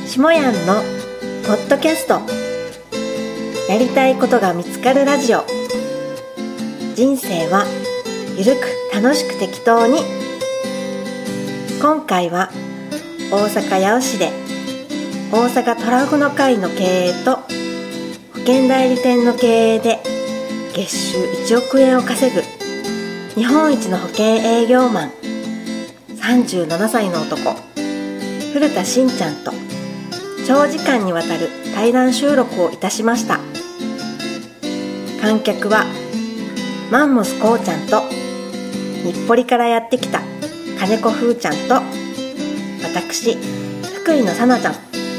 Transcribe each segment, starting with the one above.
しもやんのポッドキャスト、やりたいことが見つかるラジオ。人生はゆるく楽しく適当に。今回は大阪八尾市で大阪トラフの会の経営と保険代理店の経営で月収1億円を稼ぐ日本一の保険営業マン37歳の男古田真ちゃんと長時間にわたる対談収録をいたしました。観客はマンモスこうちゃんと日暮里からやってきた金子ふーちゃんと私福井のさなちゃん。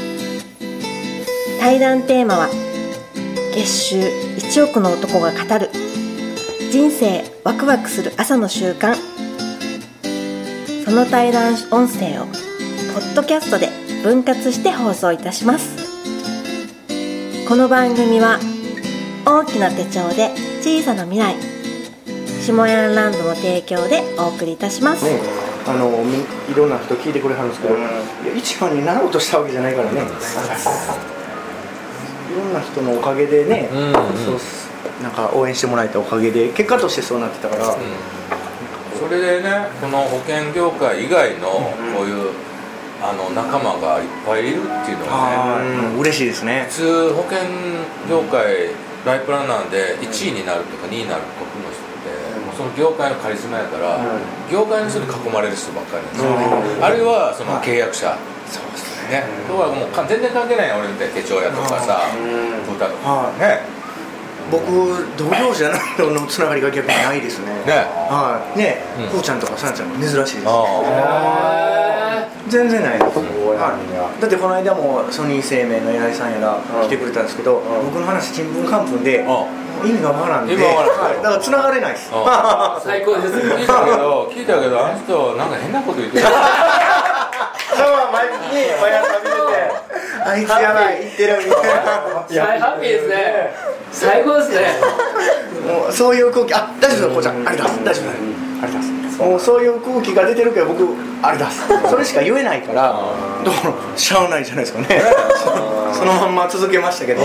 対談テーマは月収1億の男が語る人生ワクワクする朝の習慣。その対談音声をポッドキャストで分割して放送いたします。この番組は大きな手帳で小さな未来、しもやんランドの提供でお送りいたします、 ね、いろんな人聞いてくれはるんですけど、いや一番になろうとしたわけじゃないからね、いろんな人のおかげでね、そうなんか応援してもらえたおかげで結果としてそうなってたから、 それでね、この保険業界以外のこういう仲間がいっぱいいるっていうのはね、 嬉しいですね。 普通保険業界ライプランナーで1位になるとか2位になるトップの人ってもうその業界のカリスマやから、業界の人に囲まれる人ばっかりなんですよね、あるいはその契約者、そうですね、とはもう全然関係ないよ、俺みたいな手帳屋とかさ、豚とかね。 僕同業者のつながりが逆にないですね。ね、こうちゃんとかさんちゃんも珍しいです。全然ないです。だってこの間もソニー生命の偉いさんやら来てくれたんですけど、僕の話ちんぷんかんぷんで意味がわからんで、だからつながれないです。 最高です。聞いたけどあの人なんか変なこと言ってる。 そう毎日毎朝見てて、あいつやばい言ってるみたいな。 ハッピーですね。最高ですね。 もうそういう空気、あ、大丈夫だこうちゃん、あれ出す、大丈夫だ、あれ出す。もうそういう空気が出てるけど僕あれ出す。それしか言えないから、だからしゃあないじゃないですかね。そのまんま続けましたけど。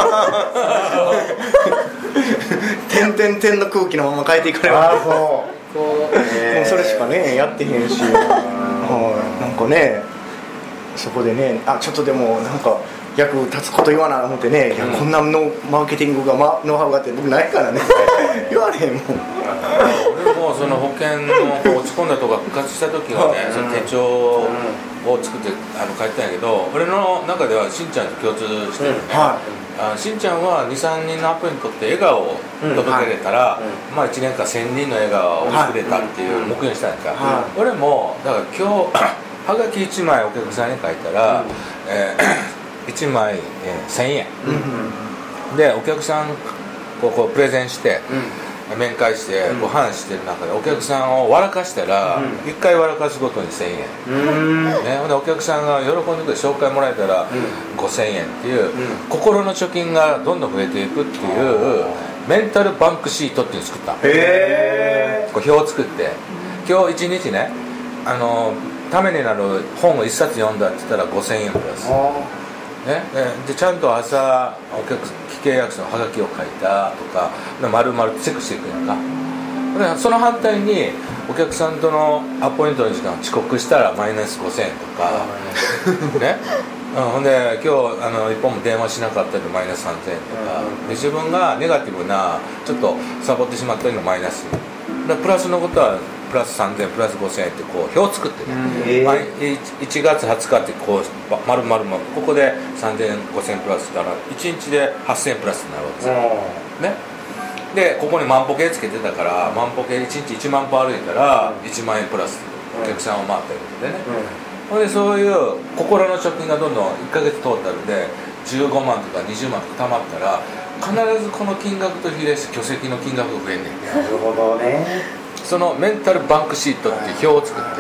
点の空気のまま変えていかれました。もうそれしかねやってへんし、なんかねそこでね、あちょっとでもなんか役立つこと言わな思ってね、いやこんなのマーケティングが、ノウハウがあって僕ないからね言われへんもん。 俺もその保険の落ち込んだとか復活した時はね、その手帳を作って書いてたんやけど、俺の中ではしんちゃんと共通してるね、しんちゃんは 2,3 人のアポイント取って笑顔を届けれたら、まあ1年間1000人の笑顔を作れたっていう目標にしたんやんか、俺もだから今日はがき1枚お客さんに書いたら、1枚、1000円、でお客さんこうプレゼンして、面会してご飯してる中でお客さんを笑かしたら、1回笑かすごとに1000円、ね、でお客さんが喜んでくれて紹介もらえたら、5000円っていう、心の貯金がどんどん増えていくっていうメンタルバンクシートっていうのを作った。こう表を作って、今日1日ね、ためになる本を1冊読んだって言ったら5000円プラス、ね、でちゃんと朝契約者のハガキを書いたとか丸々チェックしていくやんか。でその反対にお客さんとのアポイントの時間を遅刻したらマイナス5000円とかね、ほんで今日一本も電話しなかったのでマイナス3000円とかで、自分がネガティブなちょっとサボってしまったのマイナスで、プラスのことはプラス3000円プラス5000円ってこう表を作ってね、1月20日ってこう丸々ここで3000円5000円プラスしたら1日で8000円プラスになるわけですよ、ね、でここに万歩計つけてたから万歩計1日1万歩歩いたら1万円プラスお客さんを回ったりとかでね、でそういう心の貯金がどんどん1ヶ月トータルで15万とか20万とか貯まったら必ずこの金額と比例して巨石の金額が増えんねん。 なるほどね。 そのメンタルバンクシートっていう表を作って、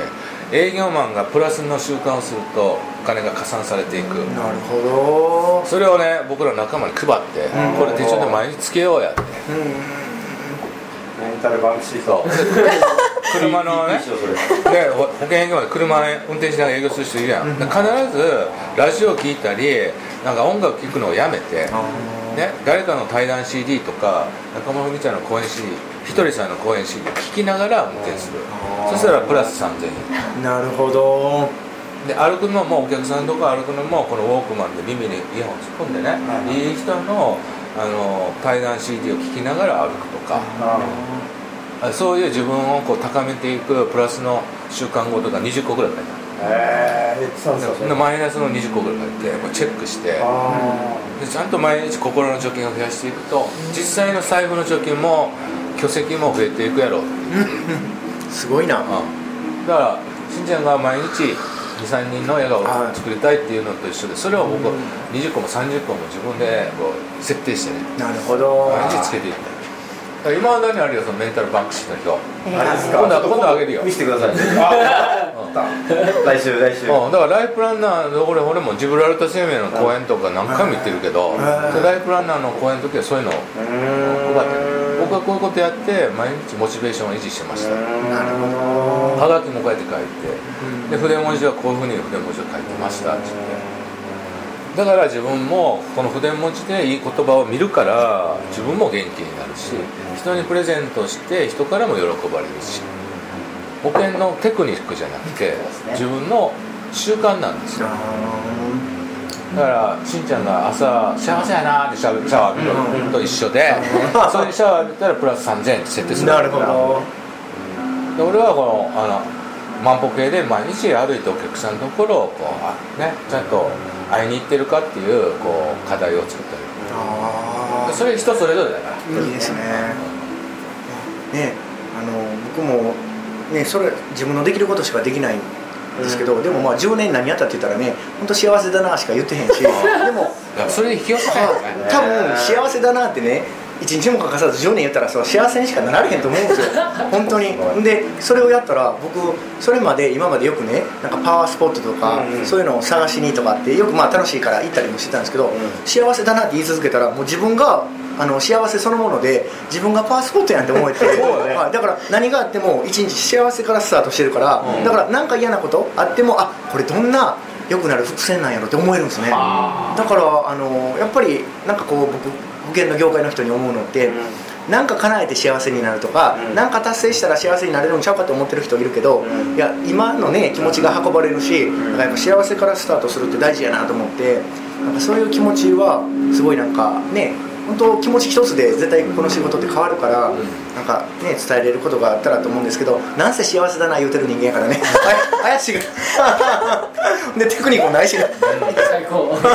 営業マンがプラスの習慣をするとお金が加算されていく。 なるほど。 それをね僕ら仲間に配って、これ手帳で毎日つけようやって、 メンタルバンクシート車のねで保険営業で車運転しながら営業する人いるやん、必ずラジオ聞いたりなんか音楽聴くのをやめて、ね、誰かの対談 CD とか中村文ちゃんの公演 CD ひとりさんの公演 CD 聴きながら運転する。そしたらプラス3000円。 なるほど。 で歩くのもお客さんとか歩くのもこのウォークマンで耳にイヤホン突っ込んでね、いい人の対談 CD を聴きながら歩くとか、そういう自分をこう高めていくプラスの習慣語とか20個ぐらい書いてある。マイナスの20個ぐらい書いてこうチェックしてでちゃんと毎日心の貯金を増やしていくと実際の財布の貯金も巨石も増えていくやろうすごいな、 だからしんちゃんが毎日 2,3 人の笑顔を作りたいっていうのと一緒でそれを僕20個も30個も自分でこう設定してね、 なるほど、 毎日つけていった今までにあるよそのメンタルバンクシーの人、 あれですか、 今度あげるよ、 見せてください来週だからライフプランナーで俺もジブラルタ生命の講演とか何回も行ってるけどライフプランナーの講演の時はそういうのを配ってる。僕はこういうことやって毎日モチベーションを維持してました。 なるほど。 はがきもこうやって書いてで筆文字はこういうふうに筆文字を書いてましたって言ってだから自分もこの筆文字でいい言葉を見るから自分も元気になるし人にプレゼントして人からも喜ばれるし保険のテクニックじゃなくて自分の習慣なんですよ。だからしんちゃんが朝幸せやなってシャワー浴びるのと一緒でそういうシャワー浴びたらプラス3000円って設定する。 なるほど。 で俺はこの万歩計で毎日歩いてお客さんのところをこう、ね、ちゃんと会いに行ってるかっていうこう課題を作ったりそれ人それぞれだからいいですね。ね、僕も、ね、それ自分のできることしかできないんですけど、でもまあ10年何やったって言ったらね本当幸せだなしか言ってへんしでもそれに引き寄せないよね。 多分幸せだなってね1日も欠かさず10年言ったらそう幸せにしかなられへんと思うんですよ本当に。でそれをやったら僕それまで今までよくねなんかパワースポットとか、そういうのを探しにとかってよくまあ楽しいから行ったりもしてたんですけど、幸せだなって言い続けたらもう自分が幸せそのもので自分がパワースポットやんって思えてはい、だから何があっても一日幸せからスタートしてるから、だから何か嫌なことあってもこれどんな良くなる伏線なんやろって思えるんですね。だからやっぱりなんかこう僕保険の業界の人に思うのって、なんか叶えて幸せになるとか、なんか達成したら幸せになれるんちゃうかと思ってる人いるけど、いや今のね気持ちが運ばれるし、なんかやっぱ幸せからスタートするって大事やなと思って、なんかそういう気持ちはすごいなんかね本当気持ち一つで絶対この仕事って変わるから、なんかね伝えれることがあったらと思うんですけど、なんせ幸せだな言うてる人間やからね怪しいがでテクニックもないしな最高本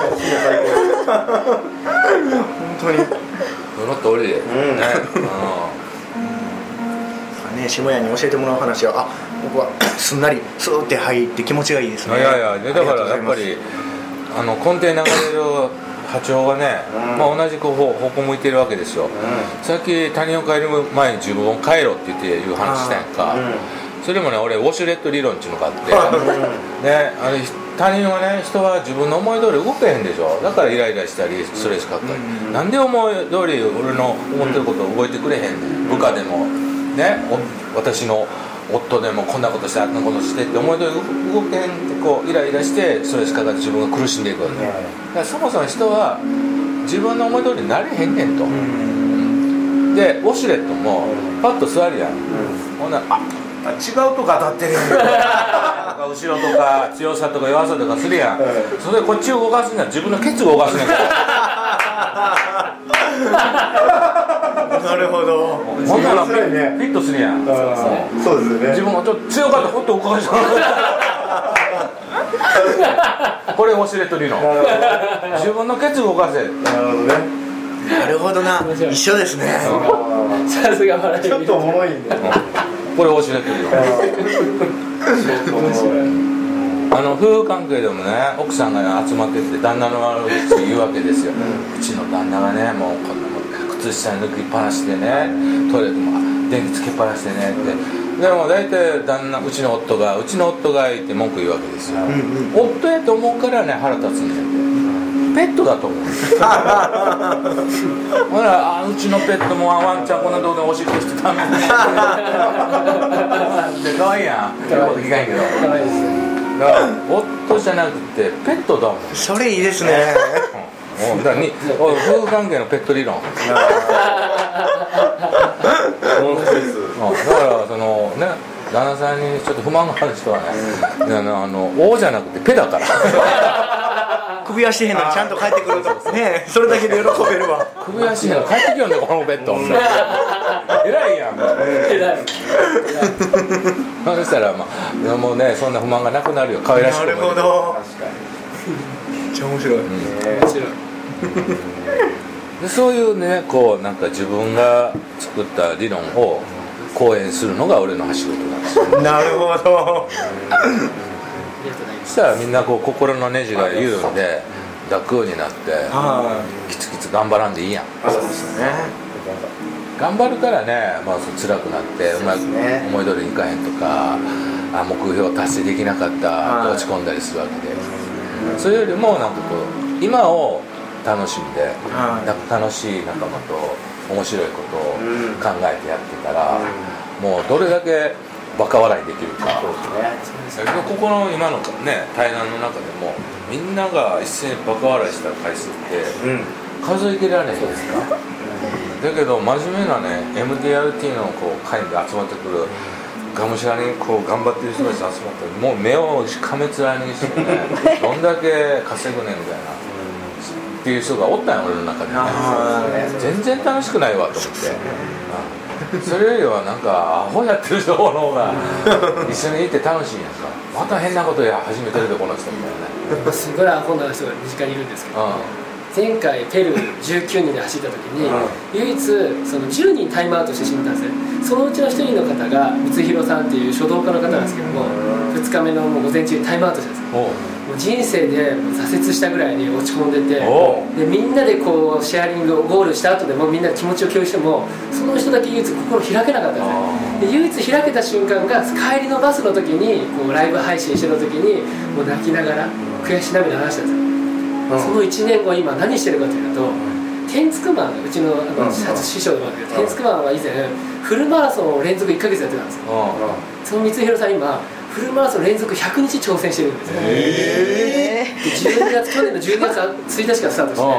当にその通りで、 ね、下屋に教えてもらう話は僕はすんなりスーって入って気持ちがいいですね。 いやいやだからやっぱり根底に流れる波長がね、まあ、同じ方向向いてるわけですよ、さっき他人を変える前に自分を変えろって言っていう話したやんか、それもね俺ウォシュレット理論っていうのがあってね、他人はね人は自分の思い通り動けへんでしょ。だからイライラしたりストレスかかったり、なんで思い通り俺の思ってることを動いてくれへんねん。部下でもね私の夫でもこんなことしてあんなことしてって思い通り動けへんってこうイライラしてストレスかかって自分が苦しんでいくわけ、だからそもそも人は自分の思い通りになれへんねんと、でウォシュレットもパッと座るやん、ほんなら違うとこ当たってるやん後ろとか強さとか弱さとかするやん、それでこっちを動かすには自分のケツを動かすねんなるほど。 ほんならフィットするやん。 そうですね。 自分もちょっと強かったらほっと動かしてこれウォシュレット理論。自分のケツを動かせ。 なるほどね。なるほどな。一緒ですね。 さすが笑い。 ちょっとおもろいんで。 これウォシュレット理論。夫婦関係でもね奥さんが集まってきて旦那の悪口言うわけですよ、うちの旦那がねもうこんなもん靴下に抜きっぱなしでねトイレットも電気つけっぱなしでねって、でも大体うちの夫が言って文句言うわけですよ、夫やと思うからね腹立つんだよ。 ペットだと思うほらうちのペットもワンちゃんこんなとこでおしっこしてたのにで可愛いやん言うこと聞かへんけど可愛いですだから夫じゃなくてペットだもんそれいいですねだから夫婦関係のペット理論だからそのね旦那さんにちょっと不満がある人はね王じゃなくてペだから首輪してへんのにちゃんと帰ってくるとねそれだけで喜べるわ首輪してへんの帰ってきよんねこのペット偉いやん偉いそしたらまあもうねそんな不満がなくなるよ可愛らしく思えるなるほどめっちゃ面白い面白いでそういうねこうなんか自分が作った理論を講演するのが俺の仕事なんですよなるほどそしたらみんなこう心のネジが緩んで楽になってキツキツ頑張らんでいいやんそうですね頑張るからね、まあ、辛くなってうまく思い通りにいかへんとか目標達成できなかった落ち込んだりするわけでそれよりもなんかこう今を楽しんでなんか楽しい仲間と面白いことを考えてやってたらもうどれだけバカ笑いできるかここの今のね対談の中でもみんなが一斉にバカ笑いした回数って数えてられないんですかだけど真面目なね MDRT のこう会に集まってくるがむしゃらにこう頑張ってる人たち集まってもう目をしかめつらにしてねどんだけ稼ぐねみたいなっていう人がおったんや俺の中でね全然楽しくないわと思ってそれよりはなんかアホやってる人の方が一緒にいて楽しいんやんかまた変なことや始めてるでこの人みたいなねすごいアホな人が身近にいるんですけど、前回ペルー19人で走った時に、唯一その10人タイムアウトしてしまったんですね。そのうちの1人の方が光弘さんっていう書道家の方なんですけども、2日目のもう午前中にタイムアウトしたんですよ。もう人生で挫折したぐらいに落ち込んでて、でみんなでこうシェアリングをゴールした後でもみんなで気持ちを共有してもその人だけ唯一心開けなかったんですね。で唯一開けた瞬間が帰りのバスの時にこうライブ配信してた時にもう泣きながら悔し涙流したんですよ。その1年後今何してるかというと、天竺マンうちの師匠でもあるけど、天竺マンは以前フルマラソンを連続1ヶ月やってたんですよ。その光弘さん今フルマラソン連続100日挑戦してるんですよ。去年の12月1日からスタートして、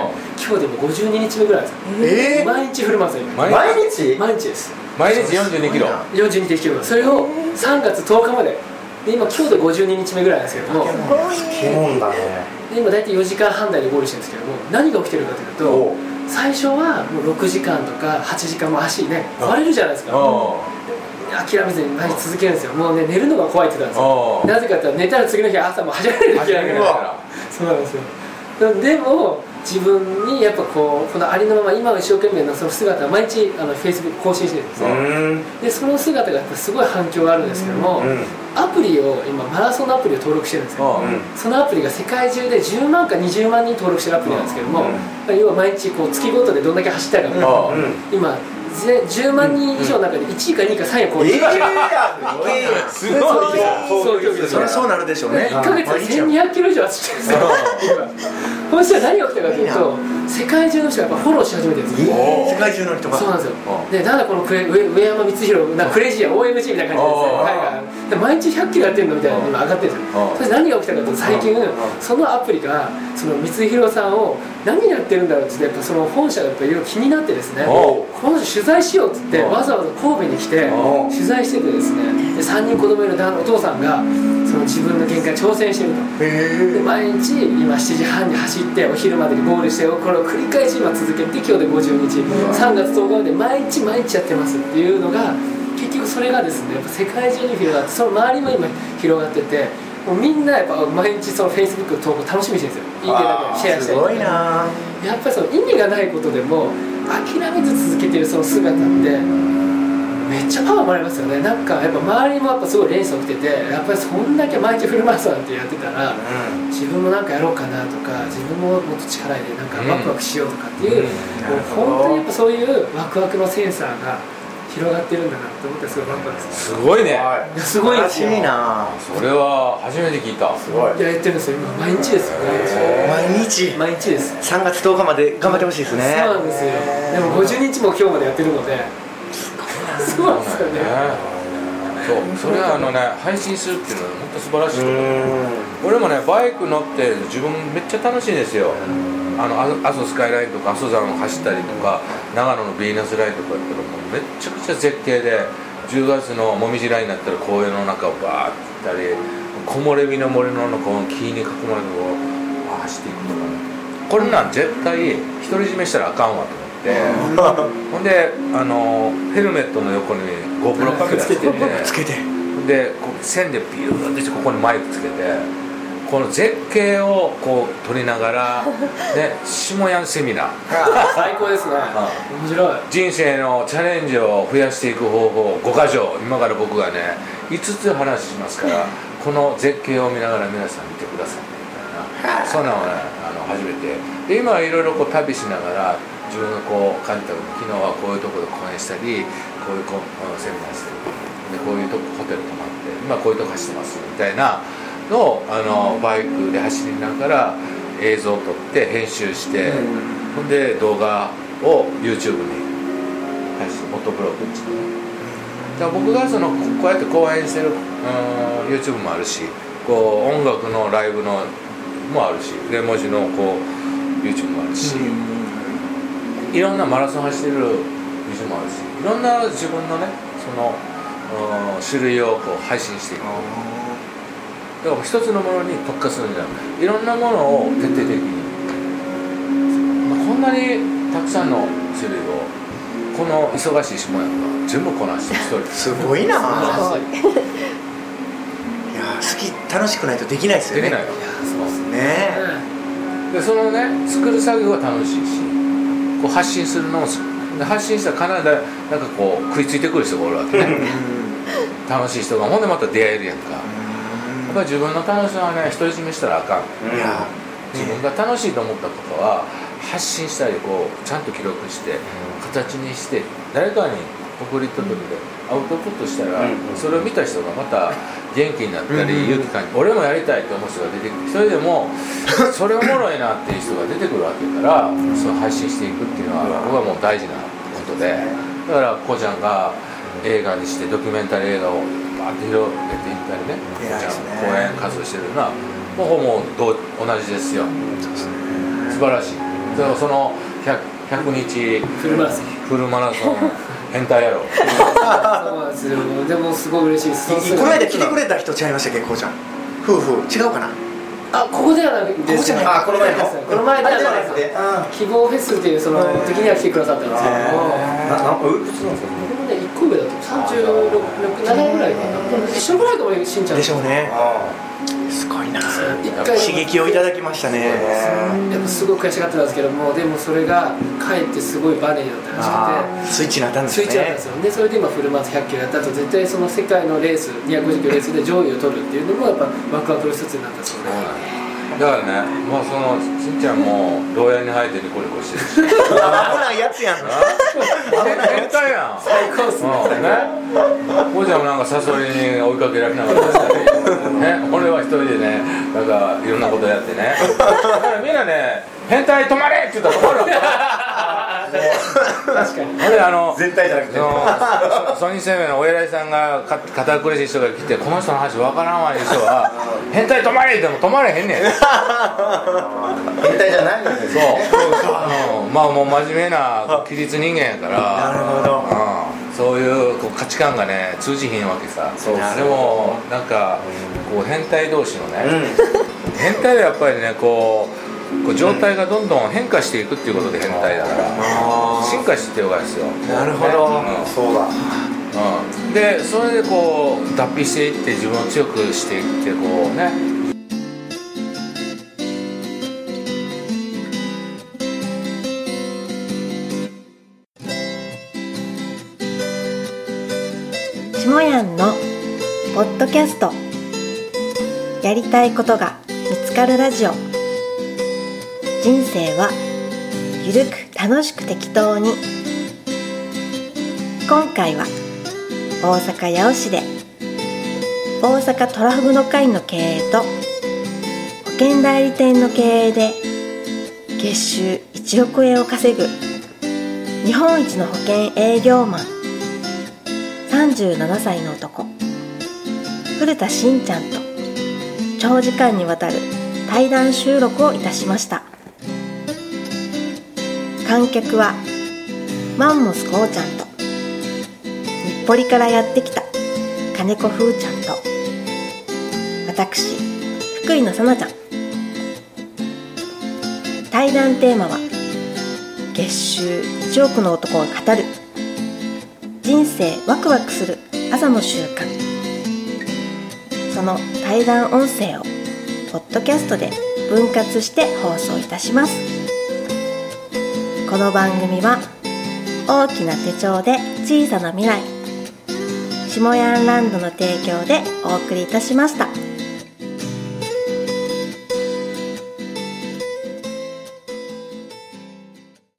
今日でも52日目ぐらいですよ。毎日フルマラソン毎日です。 毎日42キロ 42キロ、それを3月10日までで今で52日目ぐらいなんですけども、で今大体4時間半台でゴールしてるんですけども、何が起きてるかというと、最初はもう6時間とか8時間も足ね割れるじゃないですか。諦めずに毎日続けるんですよ。もうね寝るのが怖いって言ったんですよ。なぜかって言ったら寝たら次の日朝も始めないといけないから。そうなんですよ。でも自分にやっぱこのありのまま今を一生懸命のその姿を毎日Facebook 更新してるんですよ。でその姿がやっぱすごい反響があるんですけども、アプリを今マラソンのアプリを登録してるんですよ。そのアプリが世界中で10万か20万人登録してるアプリなんですけども、要は毎日こう月ごとでどんだけ走ったかと今10万人以上の中で1位か2位か3位をこうすごいそりゃそうなるでしょうね。 1ヶ月で1200キロ以上走ってるんですよ。そしたら何が起きたかというと、世界中の人がやっぱフォローし始めてるんですよ。 世界中の人がそうなんですよ。でなんだこの上山光弘なクレイジーや OMG みたいな感じで毎日100キロやってるのみたいなの今上がってるんですよ。そして何が起きたかというと、最近そのアプリがその光弘さんを何やってるんだろうってやっぱその本社がやっぱいろいろ気になってですね、この人取材しようって言ってわざわざ神戸に来て取材しててですね、で3人子供いるお父さんがその自分の限界挑戦してると。で毎日今7時半に走ってお昼までにゴールして、これを繰り返し今続けて今日で50日3月10日まで毎日やってますっていうのが、結局それがですねやっぱ世界中に広がって、その周りも今広がってて、もうみんなやっぱ毎日その Facebook の投稿楽しみにしてるんですよ。いいねだけシェアしたりとか。すごいな。やっぱりその意味がないことでも諦めず続けてるその姿ってめっちゃパワーもらえますよね。なんかやっぱ周りもやっぱすごい連鎖起きてて、やっぱりそんだけ毎日フルマラソンってやってたら、自分もなんかやろうかなとか、自分ももっと力入れてなんかワクワクしようとかっていう、もう本当にやっぱそういうワクワクのセンサーが広がってるんだなって思ってすごいワクワクです。 すごいね。 すごいですよ。 いな。 それは初めて聞いた。 すごい。 やってるんですよ今毎日ですよね。 毎毎日です。 3月10日まで頑張ってほしいですね。 そうなんですよ。でも50日も今日までやってるので、そうなんですよね。 それは配信するっていうのは本当素晴らしいと思う。俺もねバイク乗って自分めっちゃ楽しいんですよ。阿蘇スカイラインとか阿蘇山を走ったりとか長野のヴィーナスラインとかやったらもうめっちゃくちゃ絶景で、10月のもみじラインになったら公園の中をバーって行ったり、木漏れ日の森のこの木に囲まれてこう走っていくとかね、これなん絶対独り占めしたらあかんわと思って、ほんでヘルメットの横に GoPro カメラつけてでこう線でビューってしてここにマイクつけてこの絶景をこう撮りながらで下屋セミナー最高ですね。面白い。 人生のチャレンジを増やしていく方法5箇条、今から僕がね5つ話しますからこの絶景を見ながら皆さん見てくださいみたいな、そんなのをね初めてで、今はいろいろこう旅しながら自分のこう感じたこと、昨日はこういうところで講演したりこういうセミナーしてるで、こういうとこホテル泊まって今こういうとこ走ってますみたいなのをバイクで走りながら映像を撮って編集して、ほんで動画を YouTube に配信、モトブログっていうね。だから僕がこうやって講演してる、YouTube もあるし、こう音楽のライブのもあるし、で文字のこう YouTube もあるし、いろんなマラソン走ってる YouTube もあるし、いろんな自分のね種類をこう配信していく。だから一つのものに特化するんじゃなくて、いろんなものを徹底的に、こんなにたくさんの種類をこの忙しい下屋が全部こなして一人すごいな。いや楽しくないとできないですよね。 できないよ。 そうですね。 でそのね作る作業は楽しいし、こう発信するのも発信したら必ずなんかこう食いついてくる人がおるわけね楽しい人がほんでまた出会えるやんか。やっぱり自分の楽しさはね独り占めしたらあかん。自分が楽しいと思ったことは発信したりこうちゃんと記録して形にして誰かに送り届けてアウトプットしたら、それを見た人がまた元気になったり勇気感じ、俺もやりたいと思う人が出てくる。それでもそれおもろいなっていう人が出てくるわけだからその配信していくっていうのは僕はもう大事なことで、だからこうちゃんが映画にしてドキュメンタリー映画をバーッと広げていったりね、こうちゃん講演活動してるのはもう同じですよ。素晴らしい。だからその100日フルマラソン変態やろそうなんですよ。でもすごい嬉しいです。 この間来てくれた人違いましたっけ、こうちゃん夫婦違うかな。 ここではなくて、 この前のこの前ではなくて希望フェスっていうその時には来てくださったんですけども、いくつなんですか。これもね1個上だと36、7ぐらいかな。一緒ぐらいかもしんちゃんでしょうね。すごいな。刺激をいただきましたね。 やっぱすごい悔しがってたんですけども、でもそれがかえってすごいバネになったらしくてスイッチになったんですね。 スイッチになったんですよ。でそれで今フルマラソン100キロやった後絶対その世界のレース250キロレースで上位を取るっていうのもやっぱワクワクの一つになったんですよね。 だからね、まあそのしんちゃんも牢屋に入ってニコニコしてるし危ないやつやん。 変態やん。 最高っすね。 こうちゃんもなんかサソリに追いかけられなかったりね、俺は一人でねなんかいろんなことやってね、だからみんなね変態止まれって言ったら止まるわけ確かに。 全体じゃなくてソニー生命のお偉いさんが堅苦しい人が来てこの人の話わからんわいう人は変態止まれって言っても止まれへんねん変態じゃないんですね。 そうまあもう真面目な規律人間やからなるほど、 そういう価値観がね通じひんわけさ。でもなんかこう変態同士のね、変態はやっぱりねこう状態がどんどん変化していくっていうことで変態だから進化していってるわけですよ。 なるほど、そうだ。 でそれでこう脱皮していって自分を強くしていってこうね。 下やんのポッドキャスト、やりたいことが見つかるラジオ。人生はゆるく楽しく適当に。今回は大阪八尾市で大阪トラフグの会の経営と保険代理店の経営で月収1億円を稼ぐ日本一の保険営業マン37歳の男古田真ちゃんと長時間にわたる対談収録をいたしました。観客はマンモスこうちゃんと日暮里からやってきた金子風ちゃんと私福井のさなちゃん。対談テーマは月収1億の男が語る人生ワクワクする朝の習慣。その対談音声をポッドキャストで分割して放送いたします。この番組は大きな手帳で小さな未来下ヤンランドの提供でお送りいたしました。